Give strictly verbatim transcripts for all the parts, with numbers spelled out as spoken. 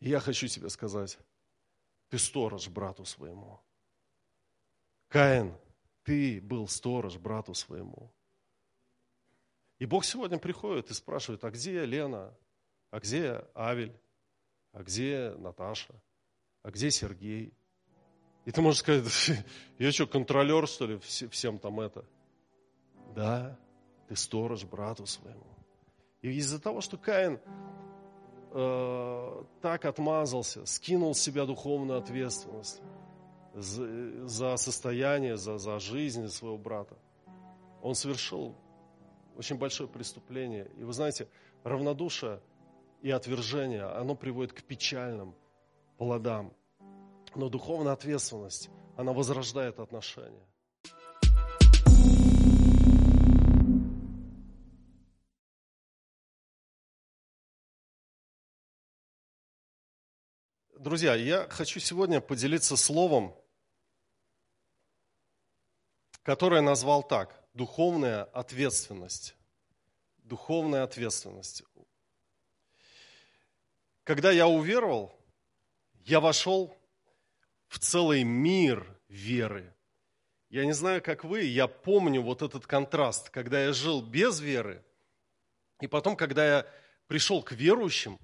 И я хочу тебе сказать, ты сторож брату своему. Каин, ты был сторож брату своему. И Бог сегодня приходит и спрашивает, а где Лена, а где Авель, а где Наташа, а где Сергей? И ты можешь сказать, я что, контролер, что ли, всем там это? Да, ты сторож брату своему. И из-за того, что Каин э, так отмазался, скинул с себя духовную ответственность за, за состояние, за, за жизнь своего брата, он совершил очень большое преступление. И вы знаете, равнодушие и отвержение, оно приводит к печальным плодам. Но духовная ответственность, она возрождает отношения. Друзья, я хочу сегодня поделиться словом, которое я назвал так: духовная ответственность. Духовная ответственность. Когда я уверовал, я вошел в целый мир веры. Я не знаю, как вы, я помню вот этот контраст, когда я жил без веры, и потом, когда я пришел к верующим,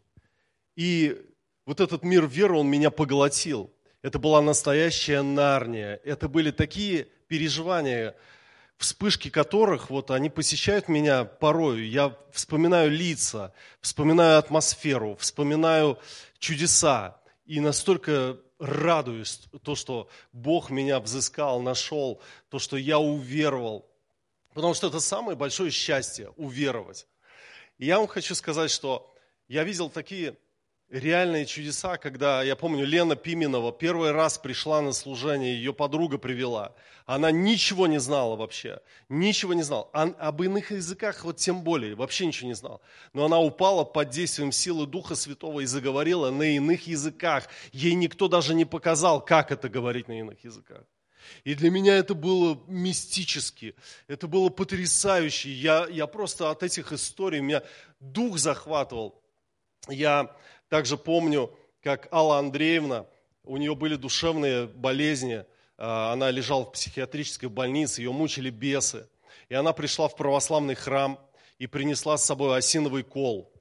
и вот этот мир веры, он меня поглотил. Это была настоящая Нарния. Это были такие переживания, вспышки которых, вот они посещают меня порою. Я вспоминаю лица, вспоминаю атмосферу, вспоминаю чудеса. И настолько радуюсь, то, что Бог меня взыскал, нашел, то, что я уверовал. Потому что это самое большое счастье – уверовать. И я вам хочу сказать, что я видел такие реальные чудеса, когда, я помню, Лена Пименова первый раз пришла на служение, ее подруга привела. Она ничего не знала вообще, ничего не знала. А, об иных языках вот тем более, вообще ничего не знала. Но она упала под действием силы Духа Святого и заговорила на иных языках. Ей никто даже не показал, как это говорить на иных языках. И для меня это было мистически, это было потрясающе. Я, я просто от этих историй, меня дух захватывал. Я также помню, как Алла Андреевна, у нее были душевные болезни, она лежала в психиатрической больнице, ее мучили бесы. И она пришла в православный храм и принесла с собой осиновый кол.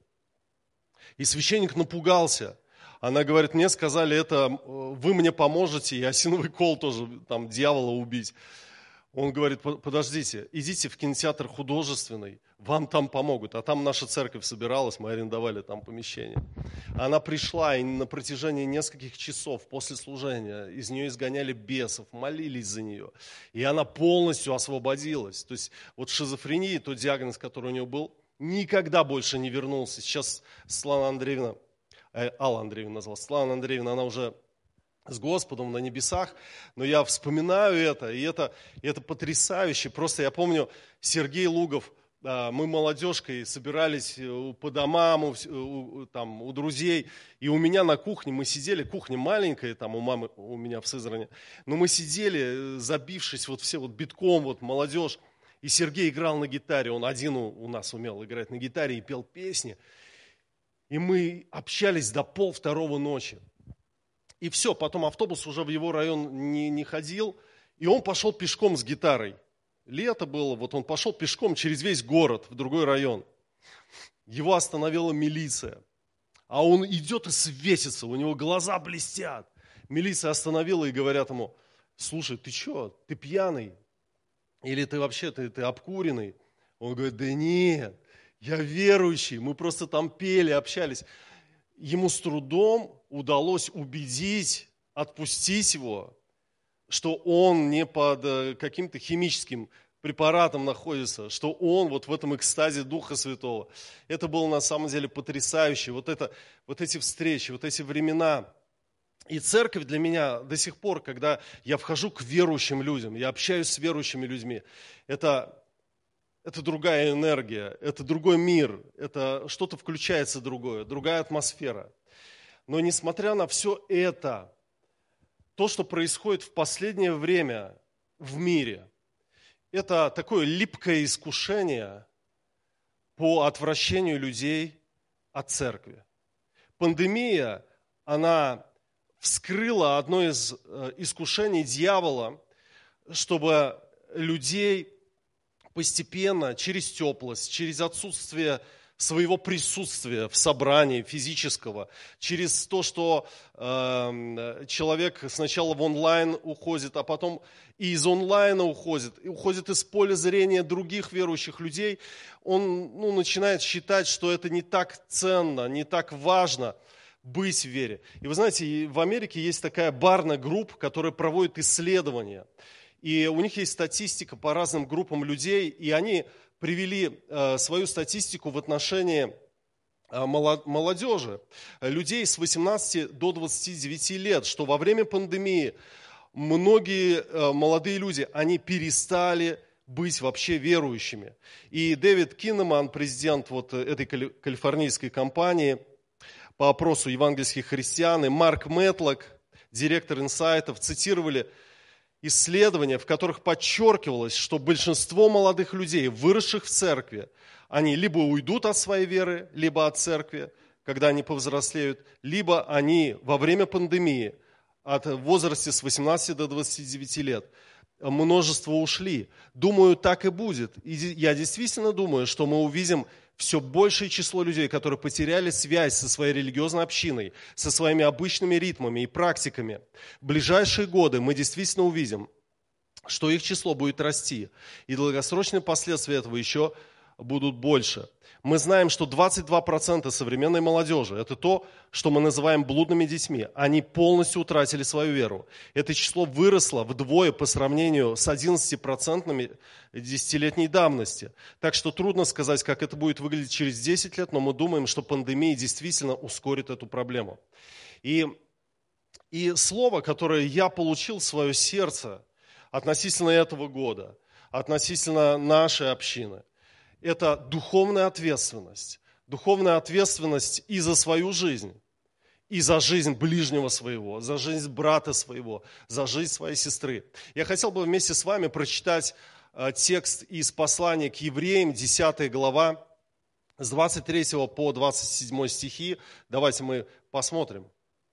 И священник напугался. Она говорит, мне сказали, это вы мне поможете, и осиновый кол тоже, там, дьявола убить. Он говорит, подождите, идите в кинотеатр художественный, вам там помогут. А там наша церковь собиралась, мы арендовали там помещение. Она пришла, и на протяжении нескольких часов после служения из нее изгоняли бесов, молились за нее. И она полностью освободилась. То есть вот шизофрения, тот диагноз, который у нее был, никогда больше не вернулся. Сейчас Светлана Андреевна, э, Алла Андреевна назвала, Светлана Андреевна, она уже с Господом на небесах, но я вспоминаю это, и это, и это потрясающе. Просто я помню, Сергей Лугов, мы молодежкой собирались по домам, у, там, у друзей, и у меня на кухне, мы сидели, кухня маленькая, там у мамы, у меня в Сызрани, но мы сидели, забившись вот все вот битком, вот молодежь, и Сергей играл на гитаре, он один у, у нас умел играть на гитаре и пел песни, и мы общались до пол второго ночи. И все, потом автобус уже в его район не, не ходил, и он пошел пешком с гитарой. Лето было, вот он пошел пешком через весь город в другой район. Его остановила милиция. А он идет и светится, у него глаза блестят. Милиция остановила и говорят ему, слушай, ты что, ты пьяный? Или ты вообще, ты, ты обкуренный? Он говорит, да нет, я верующий, мы просто там пели, общались. Ему с трудом удалось убедить, отпустить его, что он не под каким-то химическим препаратом находится, что он вот в этом экстазе Духа Святого. Это было на самом деле потрясающе. Вот, это, вот эти встречи, вот эти времена. И церковь для меня до сих пор, когда я вхожу к верующим людям, я общаюсь с верующими людьми, это, это другая энергия, это другой мир, это что-то включается другое, другая атмосфера. Но несмотря на все это, то, что происходит в последнее время в мире, это такое липкое искушение по отвращению людей от церкви. Пандемия, она вскрыла одно из искушений дьявола, чтобы людей постепенно, через теплость, через отсутствие своего присутствия в собрании физического, через то, что э, человек сначала в онлайн уходит, а потом и из онлайна уходит, и уходит из поля зрения других верующих людей, он ну, начинает считать, что это не так ценно, не так важно быть в вере. И вы знаете, в Америке есть такая Барна Групп, которая проводит исследования. И у них есть статистика по разным группам людей, и они привели э, свою статистику в отношении э, молодежи, людей с восемнадцати до двадцати девяти лет, что во время пандемии многие э, молодые люди, они перестали быть вообще верующими. И Дэвид Киннеман, президент вот этой калифорнийской компании по опросу евангельских христиан, и Марк Мэтлок, директор инсайтов, цитировали исследования, в которых подчеркивалось, что большинство молодых людей, выросших в церкви, они либо уйдут от своей веры, либо от церкви, когда они повзрослеют, либо они во время пандемии, от возраста с восемнадцати до двадцати девяти лет, множество ушли. Думаю, так и будет. И я действительно думаю, что мы увидим все большее число людей, которые потеряли связь со своей религиозной общиной, со своими обычными ритмами и практиками. В ближайшие годы мы действительно увидим, что их число будет расти, и долгосрочные последствия этого еще будут больше. Мы знаем, что двадцать два процента современной молодежи – это то, что мы называем блудными детьми. Они полностью утратили свою веру. Это число выросло вдвое по сравнению с одиннадцатью процентами десятилетней давности. Так что трудно сказать, как это будет выглядеть через десять лет, но мы думаем, что пандемия действительно ускорит эту проблему. И, и слово, которое я получил в свое сердце относительно этого года, относительно нашей общины, это духовная ответственность. Духовная ответственность и за свою жизнь, и за жизнь ближнего своего, за жизнь брата своего, за жизнь своей сестры. Я хотел бы вместе с вами прочитать текст из послания к евреям, десятая глава, с двадцать третьего по двадцать седьмой стихи. Давайте мы посмотрим.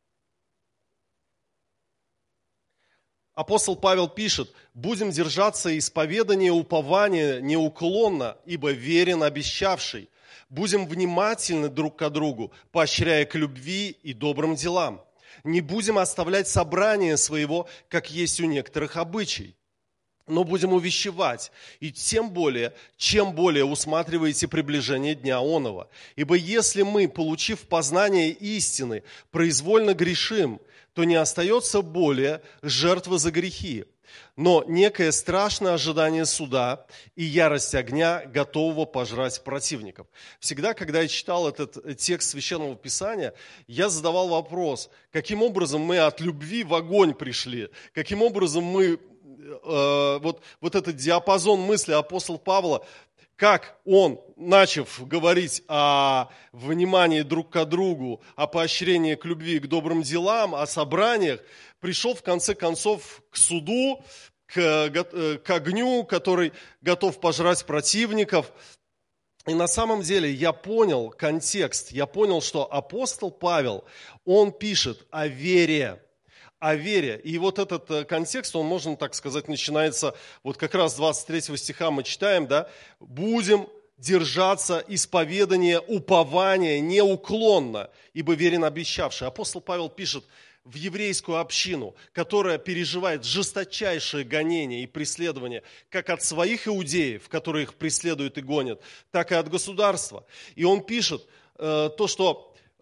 Апостол Павел пишет: «Будем держаться исповедания упования неуклонно, ибо верен обещавший. Будем внимательны друг к другу, поощряя к любви и добрым делам. Не будем оставлять собрание своего, как есть у некоторых обычай, но будем увещевать, и тем более, чем более усматриваете приближение дня оного. Ибо если мы, получив познание истины, произвольно грешим, то не остается более жертвы за грехи, но некое страшное ожидание суда и ярость огня, готового пожрать противников». Всегда, когда я читал этот текст Священного Писания, я задавал вопрос, каким образом мы от любви в огонь пришли, каким образом мы, э, вот, вот этот диапазон мысли апостола Павла, как он, начав говорить о внимании друг к другу, о поощрении к любви, к добрым делам, о собраниях, пришел в конце концов к суду, к, к огню, который готов пожрать противников. И на самом деле я понял контекст, я понял, что апостол Павел, он пишет о вере. О вере. И вот этот контекст, он, можно так сказать, начинается, вот как раз с двадцать третьего стиха мы читаем, да, «Будем держаться исповедания, упования неуклонно, ибо верен обещавший». Апостол Павел пишет в еврейскую общину, которая переживает жесточайшее гонение и преследование, как от своих иудеев, которые их преследуют и гонят, так и от государства. И он пишет э, то, что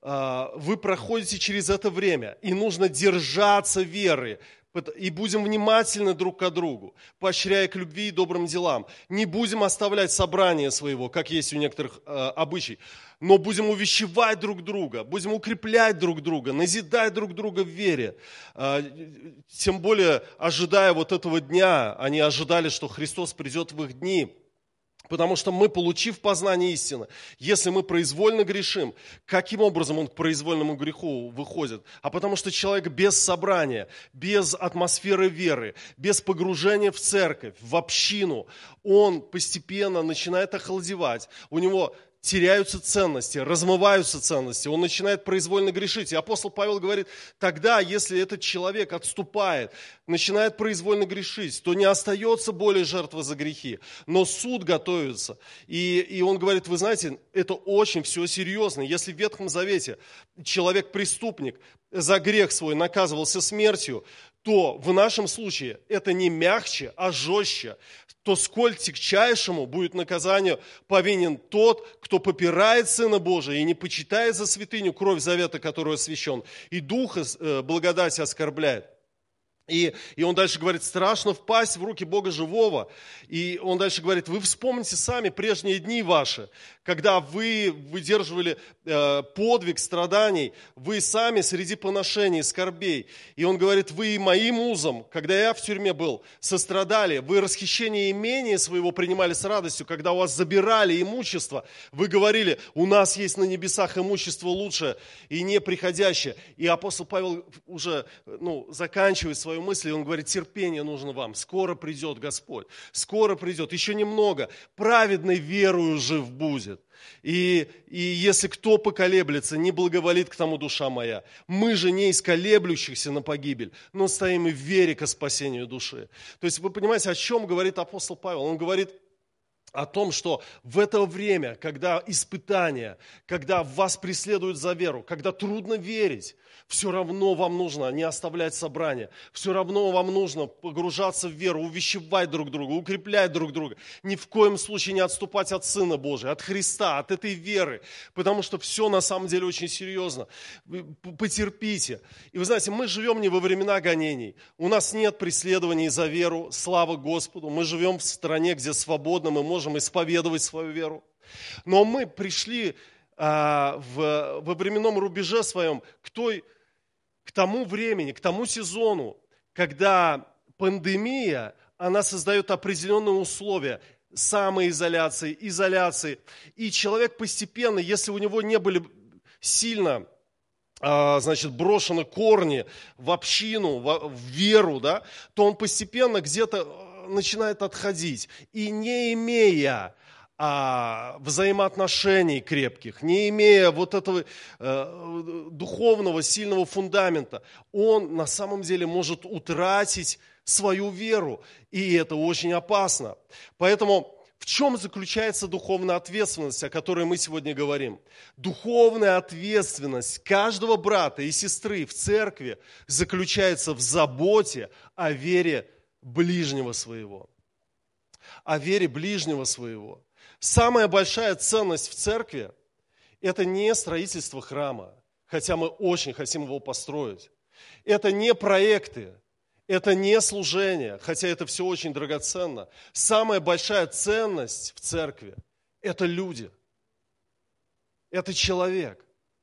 вы проходите через это время, и нужно держаться веры, и будем внимательны друг к другу, поощряя к любви и добрым делам. Не будем оставлять собрание своего, как есть у некоторых э, обычай, но будем увещевать друг друга, будем укреплять друг друга, назидать друг друга в вере. Э, тем более, ожидая вот этого дня, они ожидали, что Христос придет в их дни. Потому что мы, получив познание истины, если мы произвольно грешим, каким образом он к произвольному греху выходит? А потому что человек без собрания, без атмосферы веры, без погружения в церковь, в общину, он постепенно начинает охладевать. У него теряются ценности, размываются ценности, он начинает произвольно грешить. И апостол Павел говорит, тогда, если этот человек отступает, начинает произвольно грешить, то не остается более жертвы за грехи, но суд готовится. И, и он говорит, вы знаете, это очень все серьезно. Если в Ветхом Завете человек-преступник за грех свой наказывался смертью, то в нашем случае это не мягче, а жестче. То сколь тягчайшему будет наказанию повинен тот, кто попирает Сына Божия и не почитает за святыню кровь завета, который освящен, и Духа благодати оскорбляет. И, и он дальше говорит, страшно впасть в руки Бога живого. И он дальше говорит, вы вспомните сами прежние дни ваши, когда вы выдерживали э, подвиг страданий, вы сами среди поношений, скорбей. И он говорит, вы и моим узом, когда я в тюрьме был, сострадали, вы расхищение имения своего принимали с радостью, когда у вас забирали имущество, вы говорили, у нас есть на небесах имущество лучшее и неприходящее. И апостол Павел уже ну, заканчивает свою мысль, и он говорит, терпение нужно вам, скоро придет Господь, скоро придет, еще немного, праведной верою жив будет. И, и если кто поколеблется, не благоволит к тому душа моя. Мы же не из колеблющихся на погибель, но стоим и в вере ко спасению души. То есть вы понимаете, о чем говорит апостол Павел? Он говорит о том, что в это время, когда испытания, когда вас преследуют за веру, когда трудно верить, все равно вам нужно не оставлять собрания, все равно вам нужно погружаться в веру, увещевать друг друга, укреплять друг друга. Ни в коем случае не отступать от Сына Божия, от Христа, от этой веры, потому что все на самом деле очень серьезно. Потерпите. И вы знаете, мы живем не во времена гонений, у нас нет преследований за веру, слава Господу, мы живем в стране, где свободно мы можем исповедовать свою веру. Но мы пришли а, в, во временном рубеже своем к той, к тому времени, к тому сезону, когда пандемия, она создает определенные условия самоизоляции, изоляции. И человек постепенно, если у него не были сильно значит, брошены корни в общину, в веру, да, то он постепенно где-то начинает отходить. И не имея а, взаимоотношений крепких, не имея вот этого э, духовного сильного фундамента, он на самом деле может утратить свою веру. И это очень опасно. Поэтому в чем заключается духовная ответственность, о которой мы сегодня говорим? Духовная ответственность каждого брата и сестры в церкви заключается в заботе о вере ближнего своего. О вере ближнего своего. Самая большая ценность в церкви – это не строительство храма, хотя мы очень хотим его построить. Это не проекты. Это не служение, хотя это все очень драгоценно. Самая большая ценность в церкви – это люди. Это человек.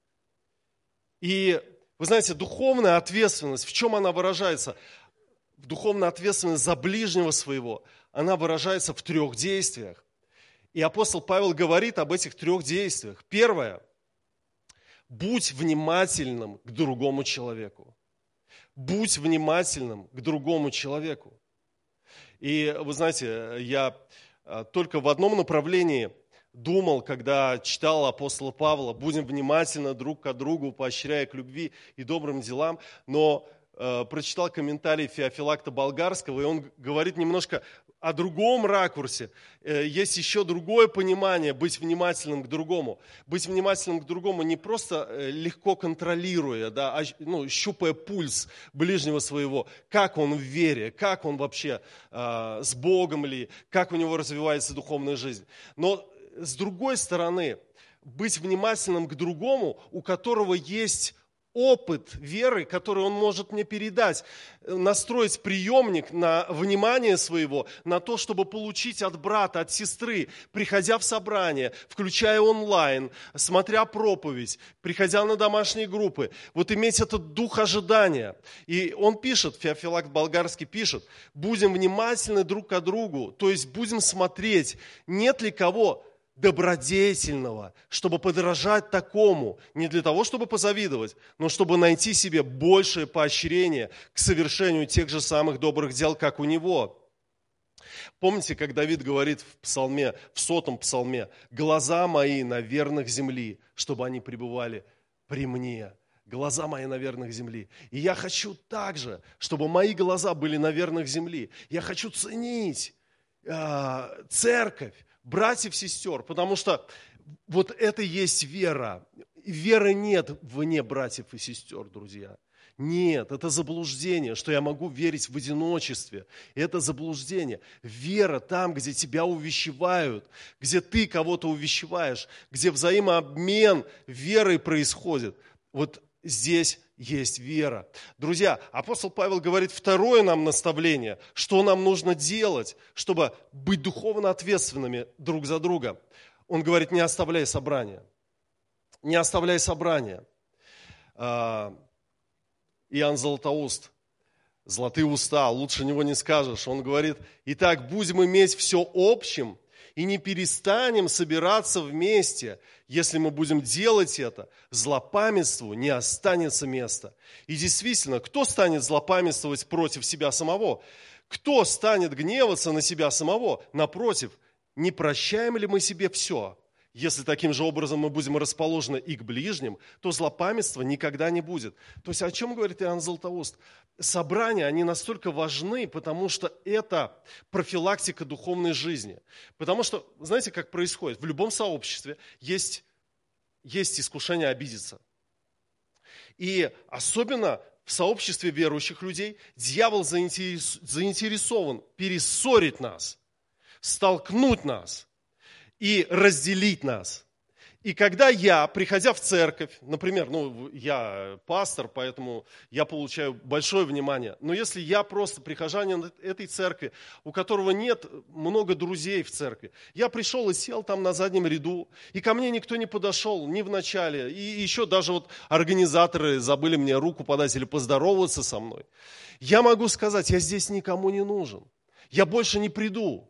И, вы знаете, духовная ответственность, в чем она выражается? Духовная ответственность за ближнего своего, она выражается в трех действиях. И апостол Павел говорит об этих трех действиях. Первое – будь внимательным к другому человеку. Будь внимательным к другому человеку. И вы знаете, я только в одном направлении думал, когда читал апостола Павла, будем внимательны друг к другу, поощряя к любви и добрым делам, но э, прочитал комментарий Феофилакта Болгарского, и он говорит немножко о другом ракурсе. Э, есть еще другое понимание, быть внимательным к другому. Быть внимательным к другому не просто э, легко контролируя, да, а ну, щупая пульс ближнего своего, как он в вере, как он вообще э, с Богом ли, как у него развивается духовная жизнь. Но с другой стороны, быть внимательным к другому, у которого есть опыт веры, который он может мне передать, настроить приемник на внимание своего, на то, чтобы получить от брата, от сестры, приходя в собрание, включая онлайн, смотря проповедь, приходя на домашние группы, вот иметь этот дух ожидания. И он пишет, Феофилакт Болгарский пишет, будем внимательны друг к другу, то есть будем смотреть, нет ли кого добродетельного, чтобы подражать такому, не для того, чтобы позавидовать, но чтобы найти себе большее поощрение к совершению тех же самых добрых дел, как у него. Помните, как Давид говорит в псалме, в сотом псалме: «Глаза мои на верных земли, чтобы они пребывали при мне». Глаза мои на верных земли. И я хочу также, чтобы мои глаза были на верных земли. Я хочу ценить э, церковь, братьев, сестер, потому что вот это и есть вера. Веры нет вне братьев и сестер, друзья. Нет, это заблуждение, что я могу верить в одиночестве. Это заблуждение. Вера там, где тебя увещевают, где ты кого-то увещеваешь, где взаимообмен верой происходит. Вот здесь есть вера. Друзья, апостол Павел говорит второе нам наставление, что нам нужно делать, чтобы быть духовно ответственными друг за друга. Он говорит: не оставляй собрания. Не оставляй собрания. Иоанн Златоуст, золотые уста, лучше него не скажешь. Он говорит: итак, будем иметь все общим и не перестанем собираться вместе. Если мы будем делать это, злопамятству не останется места. И действительно, кто станет злопамятствовать против себя самого? Кто станет гневаться на себя самого? Напротив, не прощаем ли мы себе все? Если таким же образом мы будем расположены и к ближним, то злопамятства никогда не будет. То есть о чем говорит Иоанн Златоуст? Собрания, они настолько важны, потому что это профилактика духовной жизни. Потому что, знаете, как происходит? В любом сообществе есть, есть искушение обидеться. И особенно в сообществе верующих людей дьявол заинтересован перессорить нас, столкнуть нас и разделить нас. И когда я, приходя в церковь, например, ну, я пастор, поэтому я получаю большое внимание, но если я просто прихожанин этой церкви, у которого нет много друзей в церкви, я пришел и сел там на заднем ряду, и ко мне никто не подошел, ни в начале, и еще даже вот организаторы забыли мне руку подать или поздороваться со мной, я могу сказать: я здесь никому не нужен, я больше не приду.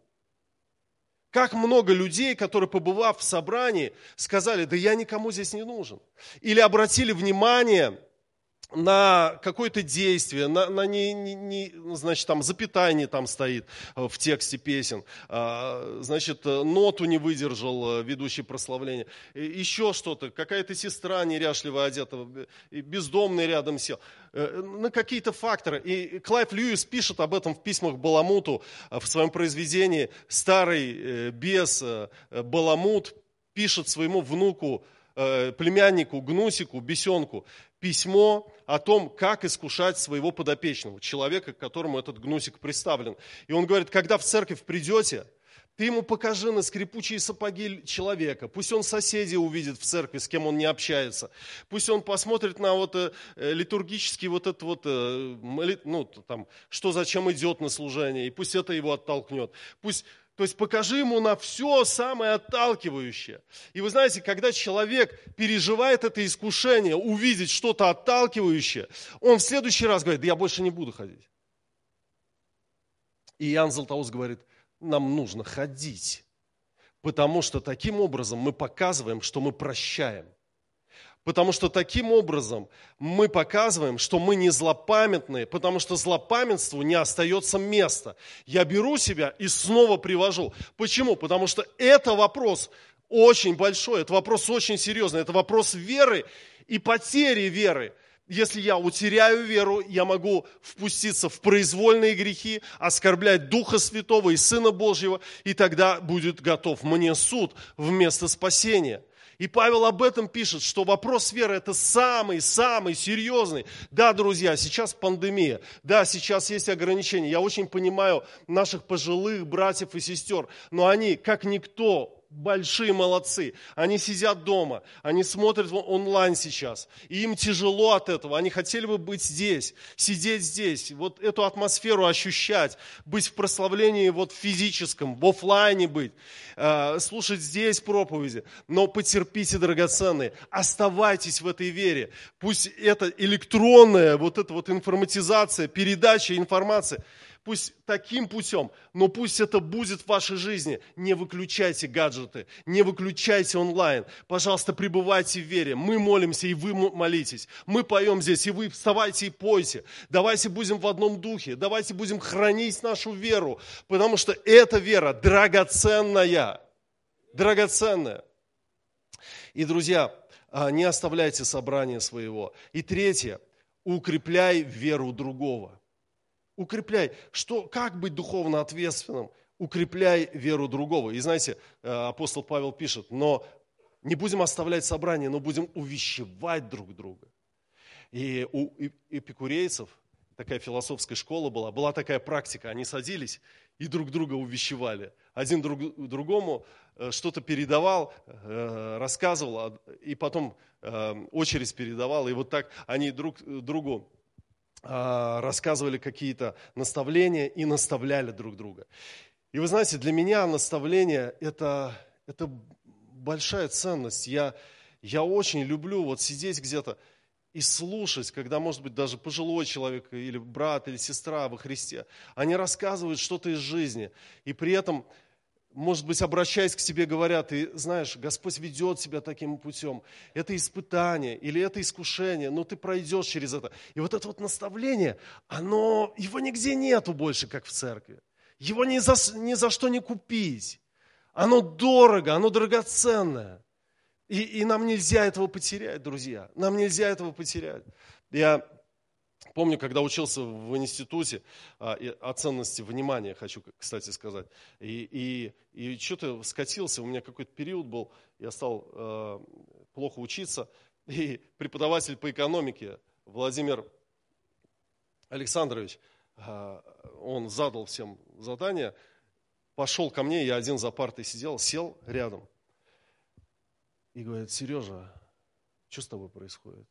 Как много людей, которые, побывав в собрании, сказали: да я никому здесь не нужен. Или обратили внимание на какое-то действие, на, на не, не, не, значит, там запятая не там стоит в тексте песен, значит, ноту не выдержал ведущий прославления, еще что-то, какая-то сестра неряшливо одета, бездомный рядом сел, на какие-то факторы. И Клайв Льюис пишет об этом в письмах Баламуту в своем произведении «Старый бес Баламут» пишет своему внуку, племяннику Гнусику, бесенку, письмо о том, как искушать своего подопечного, человека, к которому этот Гнусик представлен. И он говорит: когда в церковь придете, ты ему покажи на скрипучие сапоги человека. Пусть он соседей увидит в церкви, с кем он не общается. Пусть он посмотрит на вот, э, литургический вот это вот, э, ну, там, что зачем идет на служение, и пусть это его оттолкнет. Пусть... То есть покажи ему на все самое отталкивающее. И вы знаете, когда человек переживает это искушение, увидеть что-то отталкивающее, он в следующий раз говорит: да я больше не буду ходить. И Иоанн Златоуст говорит: нам нужно ходить, потому что таким образом мы показываем, что мы прощаем. Потому что таким образом мы показываем, что мы не злопамятные, потому что злопамятству не остается места. Я беру себя и снова привожу. Почему? Потому что это вопрос очень большой, это вопрос очень серьезный, это вопрос веры и потери веры. Если я утеряю веру, я могу впуститься в произвольные грехи, оскорблять Духа Святого и Сына Божьего, и тогда будет готов мне суд вместо спасения. И Павел об этом пишет, что вопрос веры – это самый-самый серьезный. Да, друзья, сейчас пандемия, да, сейчас есть ограничения. Я очень понимаю наших пожилых братьев и сестер, но они, как никто, большие молодцы. Они сидят дома, они смотрят онлайн сейчас, и им тяжело от этого. Они хотели бы быть здесь, сидеть здесь, вот эту атмосферу ощущать, быть в прославлении вот физическом, в офлайне быть, э, слушать здесь проповеди. Но потерпите, драгоценные, оставайтесь в этой вере. Пусть эта электронная вот эта вот информатизация, передача информации, пусть таким путем, но пусть это будет в вашей жизни. Не выключайте гаджеты, не выключайте онлайн. Пожалуйста, пребывайте в вере. Мы молимся, и вы молитесь. Мы поем здесь, и вы вставайте и пойте. Давайте будем в одном духе, давайте будем хранить нашу веру, потому что эта вера драгоценная, драгоценная. И, друзья, не оставляйте собрание своего. И третье, укрепляй веру другого. Укрепляй. Что, как быть духовно ответственным? Укрепляй веру другого. И знаете, апостол Павел пишет, но не будем оставлять собрание, но будем увещевать друг друга. И у эпикурейцев такая философская школа была, была такая практика, они садились и друг друга увещевали. Один друг, другому что-то передавал, рассказывал, и потом очередь передавал, и вот так они друг другу рассказывали какие-то наставления и наставляли друг друга. И вы знаете, для меня наставление это, это большая ценность. Я, я очень люблю вот сидеть где-то и слушать, когда, может быть, даже пожилой человек, или брат, или сестра во Христе, они рассказывают что-то из жизни, и при этом, может быть, обращаясь к тебе, говорят, ты знаешь, Господь ведет тебя таким путем, это испытание, или это искушение, но ты пройдешь через это. И вот это вот наставление, оно, его нигде нету больше, как в церкви. Его ни за, ни за что не купить. Оно дорого, оно драгоценное. И, и нам нельзя этого потерять, друзья. Нам нельзя этого потерять. Я помню, когда учился в институте, о ценности внимания, хочу, кстати, сказать. И, и, и что-то скатился, у меня какой-то период был, я стал э, плохо учиться. И преподаватель по экономике Владимир Александрович, э, он задал всем задание, пошел ко мне, я один за партой сидел, сел рядом. И говорит, Сережа, что с тобой происходит?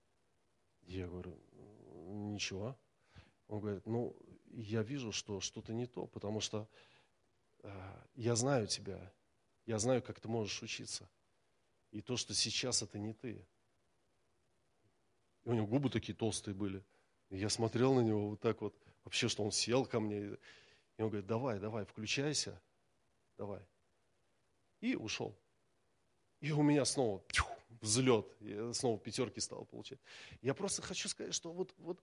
Я говорю, ничего. Он говорит, ну, я вижу, что что-то не то, потому что э, я знаю тебя, я знаю, как ты можешь учиться. И то, что сейчас, это не ты. И у него губы такие толстые были. И я смотрел на него вот так вот, вообще, что он сел ко мне. И он говорит, давай, давай, включайся, давай. И ушел. И у меня снова тьфу, взлет, я снова пятерки стал получать. Я просто хочу сказать, что вот, вот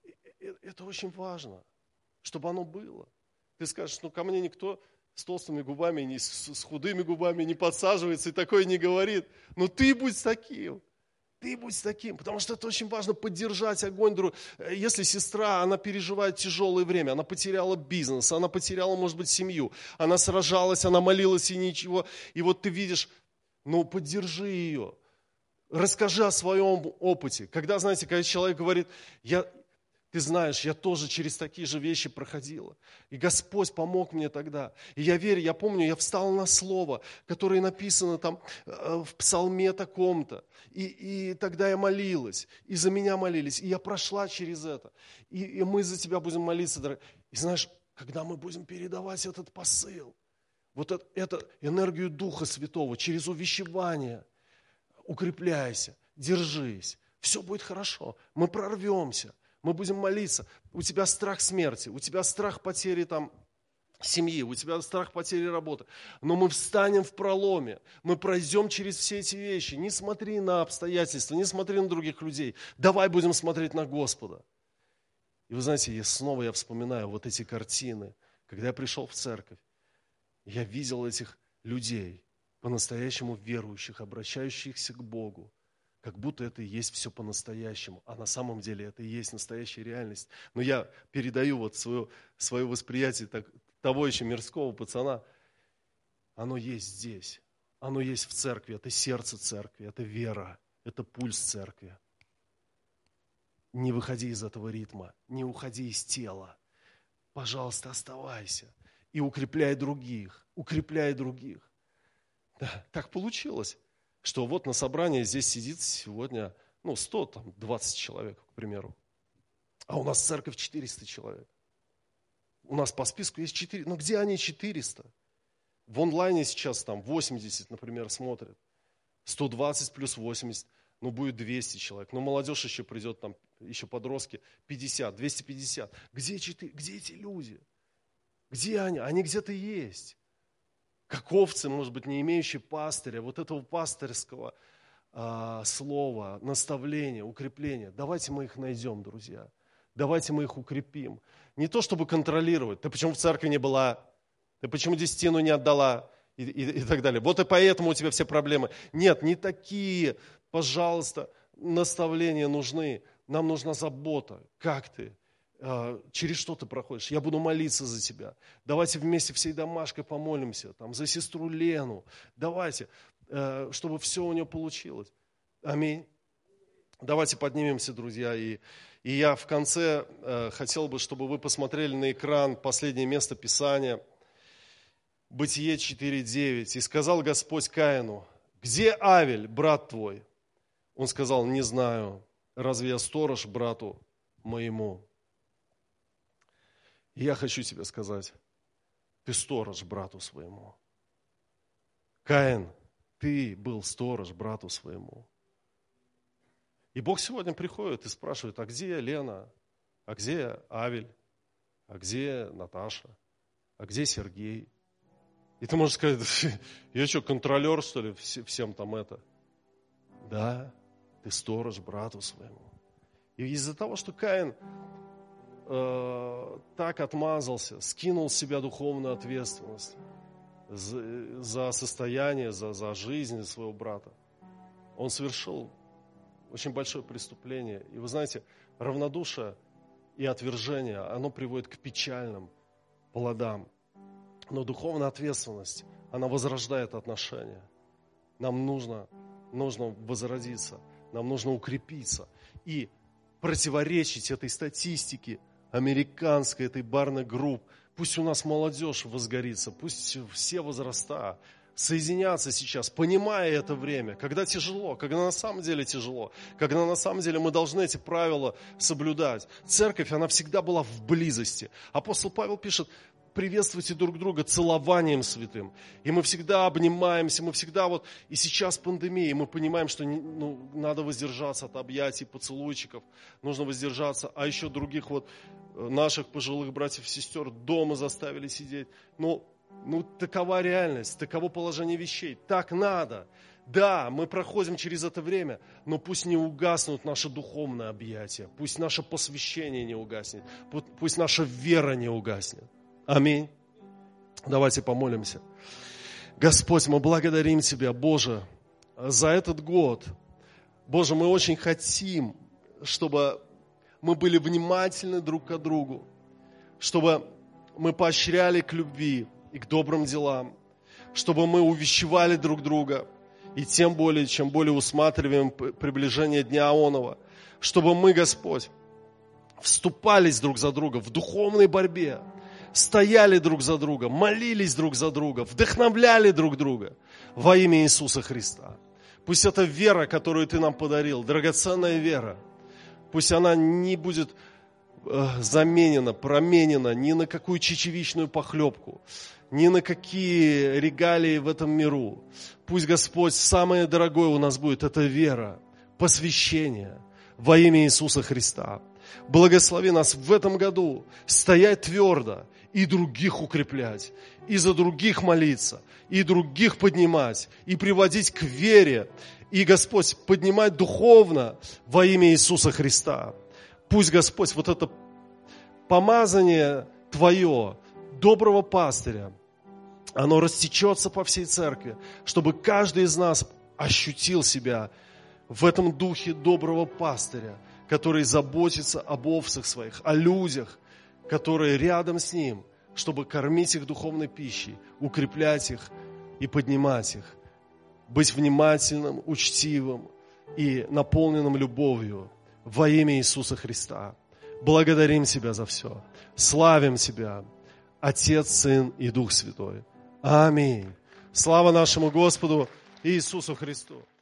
это очень важно, чтобы оно было. Ты скажешь, ну ко мне никто с толстыми губами, не, с, с худыми губами не подсаживается и такое не говорит. Но ты будь таким, ты будь таким, потому что это очень важно поддержать огонь. Если сестра, она переживает тяжелое время, она потеряла бизнес, она потеряла, может быть, семью, она сражалась, она молилась и ничего, и вот ты видишь, ну, поддержи ее, расскажи о своем опыте. Когда, знаете, когда человек говорит, я, ты знаешь, я тоже через такие же вещи проходила, и Господь помог мне тогда. И я верю, я помню, я встал на слово, которое написано там в псалме таком-то, и, и тогда я молилась, и за меня молились, и я прошла через это, и, и мы за тебя будем молиться, дорогие. И знаешь, когда мы будем передавать этот посыл, вот это, это энергию Духа Святого через увещевание. Укрепляйся, держись, все будет хорошо, мы прорвемся, мы будем молиться. У тебя страх смерти, у тебя страх потери там, семьи, у тебя страх потери работы. Но мы встанем в проломе, мы пройдем через все эти вещи. Не смотри на обстоятельства, не смотри на других людей. Давай будем смотреть на Господа. И вы знаете, я снова я вспоминаю вот эти картины, когда я пришел в церковь. Я видел этих людей, по-настоящему верующих, обращающихся к Богу, как будто это и есть все по-настоящему, а на самом деле это и есть настоящая реальность. Но я передаю вот свое, свое восприятие так, того еще мирского пацана, оно есть здесь, оно есть в церкви, это сердце церкви, это вера, это пульс церкви. Не выходи из этого ритма, не уходи из тела, пожалуйста, оставайся. И укрепляй других, укрепляй других. Да, так получилось, что вот на собрании здесь сидит сегодня ну, сто двадцать человек, к примеру. А у нас церковь четыреста человек. У нас по списку есть четыреста. Ну где они четыреста? В онлайне сейчас там восемьдесят, например, смотрят. сто двадцать плюс восемьдесят. ну будет двести человек, ну молодежь еще придет, там еще подростки, пятьдесят, двести пятьдесят. Где, где эти люди? Где они? Они где-то есть. Как овцы, может быть, не имеющие пастыря, вот этого пастырского а, слова, наставления, укрепления. Давайте мы их найдем, друзья. Давайте мы их укрепим. Не то, чтобы контролировать. Ты почему в церкви не была? Ты почему десятину не отдала? И, и, и так далее. Вот и поэтому у тебя все проблемы. Нет, не такие, пожалуйста, наставления нужны. Нам нужна забота. Как ты? Через что ты проходишь? Я буду молиться за тебя. Давайте вместе всей домашкой помолимся. Там, за сестру Лену. Давайте, чтобы все у нее получилось. Аминь. Давайте поднимемся, друзья. И, и я в конце хотел бы, чтобы вы посмотрели на экран последнее место Писания. Бытие четыре девять. «И сказал Господь Каину: где Авель, брат твой?» Он сказал: не знаю. Разве я сторож брату моему? И я хочу тебе сказать, ты сторож брату своему. Каин, ты был сторож брату своему. И Бог сегодня приходит и спрашивает: а где Лена? А где Авель? А где Наташа? А где Сергей? И ты можешь сказать: я что, контролер, что ли, всем там это? Да, ты сторож брату своему. И из-за того, что Каин э, так отмазался, скинул с себя духовную ответственность за, за состояние, за, за жизнь своего брата, он совершил очень большое преступление. И вы знаете, равнодушие и отвержение, оно приводит к печальным плодам. Но духовная ответственность, она возрождает отношения. Нам нужно, нужно возродиться, нам нужно укрепиться и противоречить этой статистике американской, этой барной группы. Пусть у нас молодежь возгорится, пусть все возраста соединяться сейчас, понимая это время, когда тяжело, когда на самом деле тяжело, когда на самом деле мы должны эти правила соблюдать. Церковь, она всегда была в близости. Апостол Павел пишет: приветствуйте друг друга целованием святым. И мы всегда обнимаемся, мы всегда вот, и сейчас пандемия, мы понимаем, что ну, надо воздержаться от объятий, поцелуйчиков, нужно воздержаться, а еще других вот наших пожилых братьев и сестер дома заставили сидеть. Ну, ну, такова реальность, таково положение вещей, так надо. Да, мы проходим через это время, но пусть не угаснут наши духовные объятия, пусть наше посвящение не угаснет, пусть наша вера не угаснет. Аминь. Давайте помолимся. Господь, мы благодарим Тебя, Боже, за этот год. Боже, мы очень хотим, чтобы мы были внимательны друг к другу, чтобы мы поощряли к любви и к добрым делам, чтобы мы увещевали друг друга, и тем более, чем более усматриваем приближение Дня Онова, чтобы мы, Господь, вступались друг за друга в духовной борьбе, стояли друг за друга, молились друг за друга, вдохновляли друг друга во имя Иисуса Христа. Пусть эта вера, которую Ты нам подарил, драгоценная вера, пусть она не будет э, заменена, променена ни на какую чечевичную похлебку, ни на какие регалии в этом миру. Пусть, Господь, самое дорогое у нас будет это вера, посвящение во имя Иисуса Христа. Благослови нас в этом году стоять твердо и других укреплять, и за других молиться, и других поднимать, и приводить к вере, и, Господь, поднимать духовно во имя Иисуса Христа. Пусть, Господь, вот это помазание Твое, доброго пастыря, оно растечется по всей церкви, чтобы каждый из нас ощутил себя в этом духе доброго пастыря, который заботится об овцах своих, о людях, которые рядом с ним, чтобы кормить их духовной пищей, укреплять их и поднимать их, быть внимательным, учтивым и наполненным любовью во имя Иисуса Христа. Благодарим Тебя за все. Славим Тебя, Отец, Сын и Дух Святой. Аминь. Слава нашему Господу Иисусу Христу.